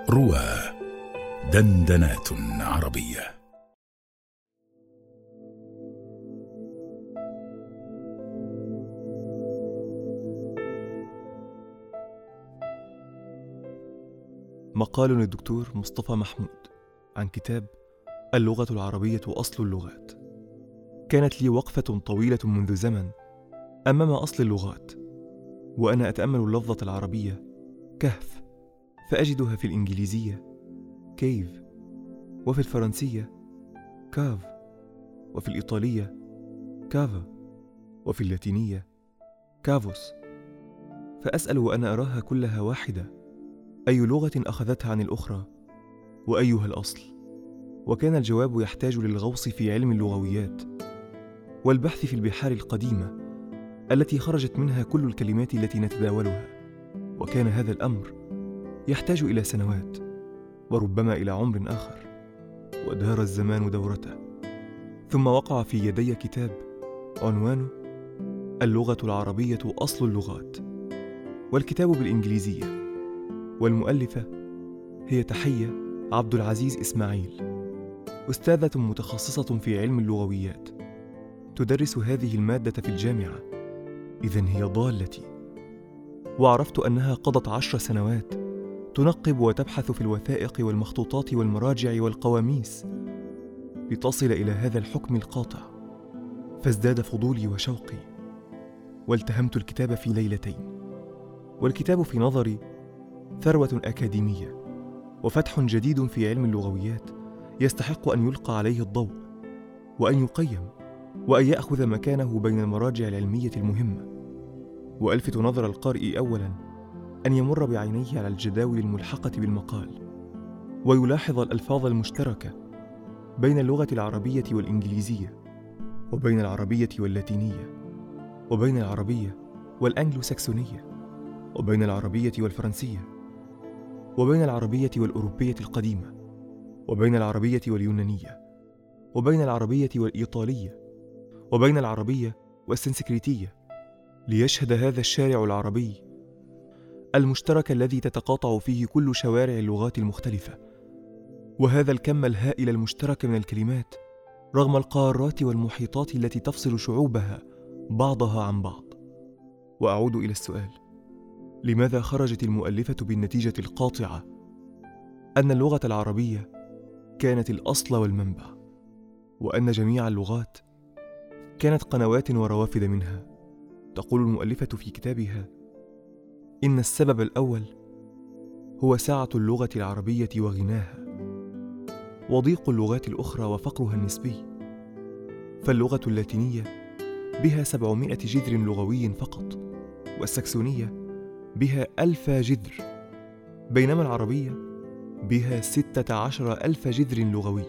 روى دندنات عربية. مقال للدكتور مصطفى محمود عن كتاب اللغة العربية أصل اللغات. كانت لي وقفة طويلة منذ زمن أمام أصل اللغات، وأنا أتأمل اللفظة العربية كهف، فأجدها في الإنجليزية كيف، وفي الفرنسية كاف، وفي الإيطالية كافا، وفي اللاتينية كافوس. فأسأل وأنا أراها كلها واحدة، أي لغة أخذتها عن الأخرى، وأيها الأصل؟ وكان الجواب يحتاج للغوص في علم اللغويات والبحث في البحار القديمة التي خرجت منها كل الكلمات التي نتداولها، وكان هذا الأمر يحتاج إلى سنوات وربما إلى عمر آخر، ودار الزمان دورته. ثم وقع في يدي كتاب عنوانه اللغة العربية أصل اللغات، والكتاب بالإنجليزية، والمؤلفة هي تحية عبد العزيز إسماعيل، أستاذة متخصصة في علم اللغويات تدرس هذه المادة في الجامعة. إذن هي ضالتي. وعرفت أنها قضت 10 سنوات تنقب وتبحث في الوثائق والمخطوطات والمراجع والقواميس لتصل إلى هذا الحكم القاطع، فازداد فضولي وشوقي، والتهمت الكتاب في ليلتين. والكتاب في نظري ثروة أكاديمية وفتح جديد في علم اللغويات يستحق أن يلقى عليه الضوء، وأن يقيم، وأن يأخذ مكانه بين المراجع العلمية المهمة. وألفت نظر القارئ أولاً أن يمر بعينيه على الجداول الملحقة بالمقال، ويلاحظ الألفاظ المشتركة بين اللغة العربية والإنجليزية، وبين العربية واللاتينية، وبين العربية والأنجلو ساكسونية، وبين العربية والفرنسية، وبين العربية والأوروبية القديمة، وبين العربية واليونانية، وبين العربية والإيطالية، وبين العربية والسنسكريتية، ليشهد هذا الشارع العربي المشترك الذي تتقاطع فيه كل شوارع اللغات المختلفة، وهذا الكم الهائل المشترك من الكلمات رغم القارات والمحيطات التي تفصل شعوبها بعضها عن بعض. وأعود إلى السؤال: لماذا خرجت المؤلفة بالنتيجة القاطعة أن اللغة العربية كانت الأصل والمنبع، وأن جميع اللغات كانت قنوات وروافد منها؟ تقول المؤلفة في كتابها: إن السبب الأول هو سعة اللغة العربية وغناها، وضيق اللغات الأخرى وفقرها النسبي. فاللغة اللاتينية بها 700 جذر لغوي فقط، والسكسونية بها 1000 جذر، بينما العربية بها 16,000 جذر لغوي.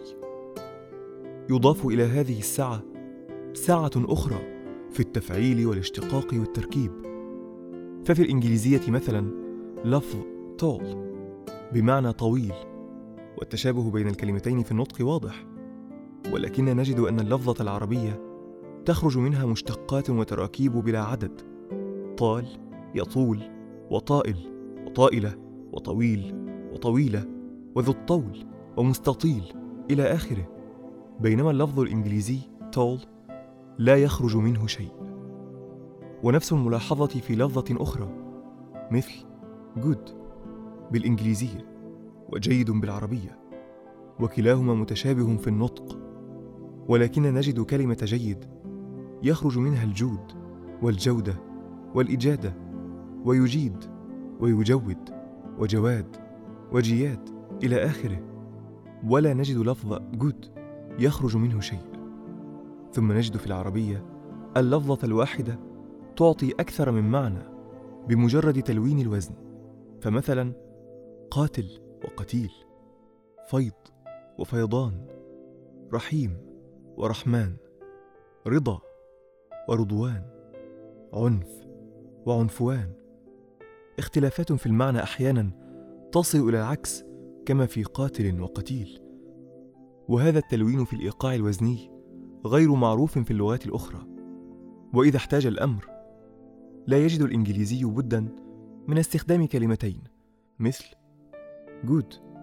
يضاف إلى هذه السعة سعة أخرى في التفعيل والاشتقاق والتركيب. ففي الإنجليزية مثلا لفظ tall بمعنى طويل، والتشابه بين الكلمتين في النطق واضح، ولكن نجد أن اللفظة العربية تخرج منها مشتقات وتراكيب بلا عدد: طال، يطول، وطائل، وطائلة، وطويل، وطويلة، وذو الطول، ومستطيل، إلى آخره. بينما اللفظ الإنجليزي tall لا يخرج منه شيء. ونفس الملاحظة في لفظة أخرى مثل good بالإنجليزية وجيد بالعربية، وكلاهما متشابه في النطق، ولكن نجد كلمة جيد يخرج منها الجود والجودة والإجادة، ويجيد ويجود وجواد وجياد إلى آخره، ولا نجد لفظ good يخرج منه شيء. ثم نجد في العربية اللفظة الواحدة تعطي أكثر من معنى بمجرد تلوين الوزن. فمثلا قاتل وقتيل، فيض وفيضان، رحيم ورحمن، رضا ورضوان، عنف وعنفوان. اختلافات في المعنى أحيانا تصل إلى العكس، كما في قاتل وقتيل. وهذا التلوين في الإيقاع الوزني غير معروف في اللغات الأخرى. وإذا احتاج الأمر لا يجد الإنجليزي بداً من استخدام كلمتين مثل good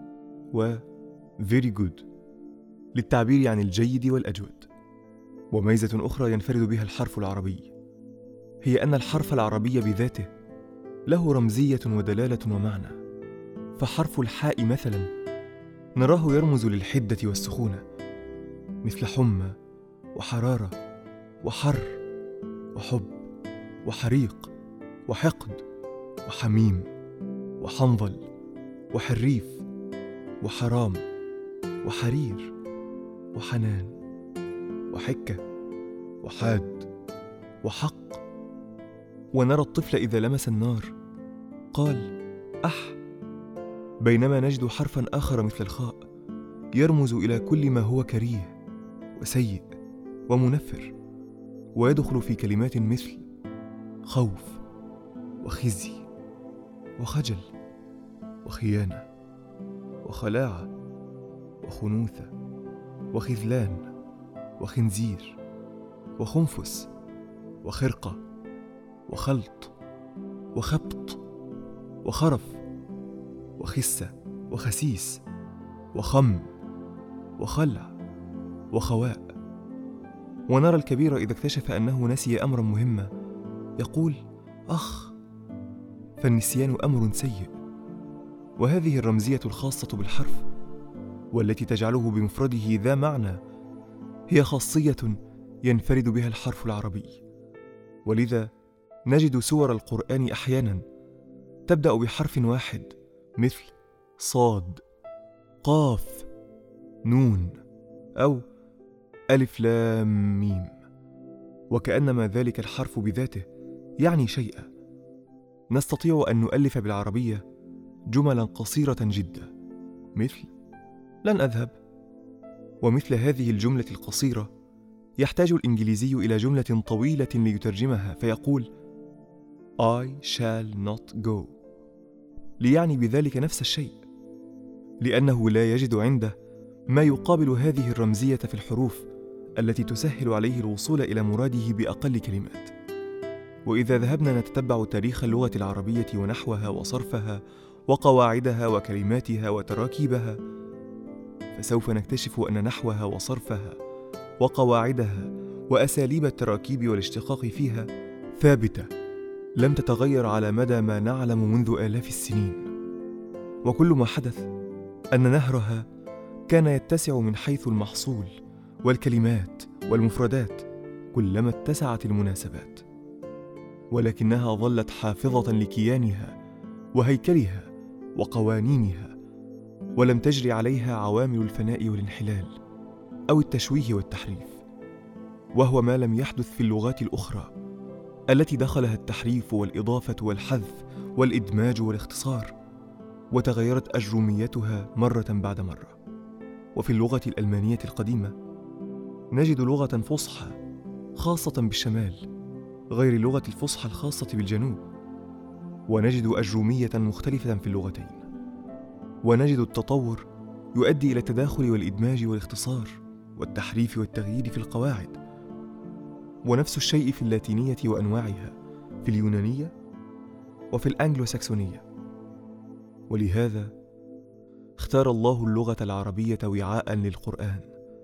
و very good للتعبير عن الجيد والأجود. وميزة أخرى ينفرد بها الحرف العربي هي أن الحرف العربي بذاته له رمزية ودلالة ومعنى. فحرف الحاء مثلا نراه يرمز للحدة والسخونة، مثل حمى وحرارة وحر وحب وحريق وحقد وحميم وحنظل وحريف وحرام وحرير وحنان وحكة وحاد وحق. ونرى الطفل إذا لمس النار قال أح، بينما نجد حرفا آخر مثل الخاء يرمز إلى كل ما هو كريه وسيء ومنفر، ويدخل في كلمات مثل خوف وخزي وخجل وخيانة وخلاعة وخنوثة وخذلان وخنزير وخنفس وخرقة وخلط وخبط وخرف وخسة وخسيس وخم وخلع وخواء. ونرى الكبير إذا اكتشف أنه نسي أمرا مهما يقول أخ، فالنسيان أمر سيء. وهذه الرمزية الخاصة بالحرف والتي تجعله بمفرده ذا معنى هي خاصية ينفرد بها الحرف العربي. ولذا نجد سور القرآن أحيانا تبدأ بحرف واحد مثل صاد، قاف، نون، أو ألف لام ميم، وكأنما ذلك الحرف بذاته يعني شيئا. نستطيع أن نؤلف بالعربية جملا قصيرة جدا مثل لن أذهب. ومثل هذه الجملة القصيرة يحتاج الإنجليزي إلى جملة طويلة ليترجمها، فيقول I shall not go، ليعني بذلك نفس الشيء، لأنه لا يجد عنده ما يقابل هذه الرمزية في الحروف التي تسهل عليه الوصول إلى مراده بأقل كلمات. وإذا ذهبنا نتتبع تاريخ اللغة العربية ونحوها وصرفها وقواعدها وكلماتها وتراكيبها، فسوف نكتشف أن نحوها وصرفها وقواعدها وأساليب التراكيب والاشتقاق فيها ثابتة لم تتغير على مدى ما نعلم منذ آلاف السنين. وكل ما حدث أن نهرها كان يتسع من حيث المحصول والكلمات والمفردات كلما اتسعت المناسبات، ولكنها ظلت حافظة لكيانها وهيكلها وقوانينها، ولم تجري عليها عوامل الفناء والانحلال أو التشويه والتحريف، وهو ما لم يحدث في اللغات الأخرى التي دخلها التحريف والإضافة والحذف والإدماج والاختصار، وتغيرت أجرميتها مرة بعد مرة. وفي اللغة الألمانية القديمة نجد لغة فصحى خاصة بالشمال غير اللغة الفصحى الخاصة بالجنوب، ونجد أجرمية مختلفة في اللغتين، ونجد التطور يؤدي إلى التداخل والإدماج والاختصار والتحريف والتغيير في القواعد. ونفس الشيء في اللاتينية وأنواعها، في اليونانية وفي الأنجلوساكسونية. ولهذا اختار الله اللغة العربية وعاء للقرآن،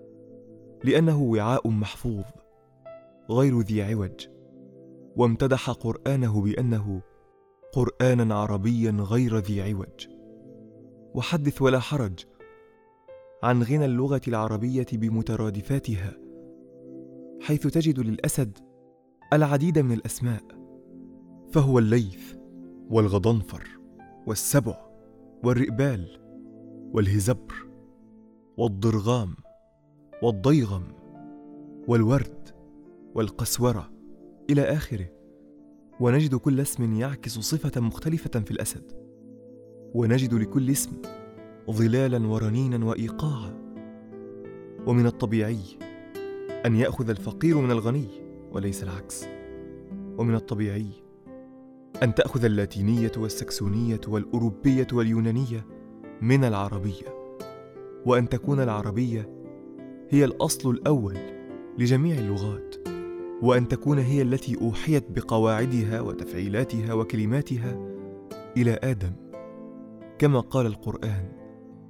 لأنه وعاء محفوظ غير ذي عوج، وامتدح قرآنه بأنه قرآنا عربيا غير ذي عوج. وحدث ولا حرج عن غنى اللغة العربية بمترادفاتها، حيث تجد للأسد العديد من الأسماء، فهو الليث والغضنفر والسبع والرئبال والهزبر والضرغام والضيغم والورد والقسورة إلى آخره. ونجد كل اسم يعكس صفة مختلفة في الأسد، ونجد لكل اسم ظلالا ورنينا وإيقاعا. ومن الطبيعي أن يأخذ الفقير من الغني وليس العكس، ومن الطبيعي أن تأخذ اللاتينية والسكسونية والأوروبية واليونانية من العربية، وأن تكون العربية هي الأصل الأول لجميع اللغات، وأن تكون هي التي أوحيت بقواعدها وتفعيلاتها وكلماتها إلى آدم، كما قال القرآن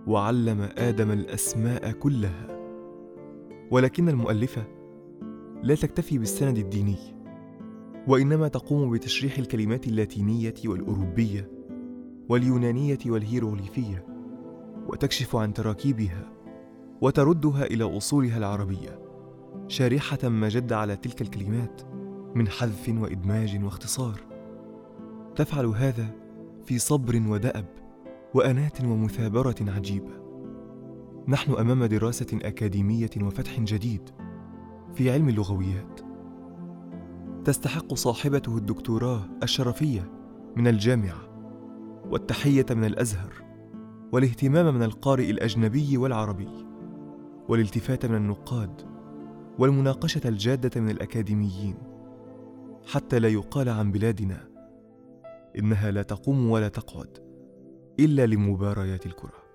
وعلم آدم الأسماء كلها. ولكن المؤلفة لا تكتفي بالسند الديني، وإنما تقوم بتشريح الكلمات اللاتينية والأوروبية واليونانية والهيروغليفية، وتكشف عن تراكيبها وتردها إلى أصولها العربية، شارحة ما جد على تلك الكلمات من حذف وإدماج واختصار. تفعل هذا في صبر ودأب وأنات ومثابرة عجيبة. نحن أمام دراسة أكاديمية وفتح جديد في علم اللغويات، تستحق صاحبته الدكتوراه الشرفية من الجامعة والتحية من الأزهر والاهتمام من القارئ الأجنبي والعربي والالتفات من النقاد والمناقشة الجادة من الأكاديميين، حتى لا يقال عن بلادنا إنها لا تقوم ولا تقعد إلا لمباريات الكرة.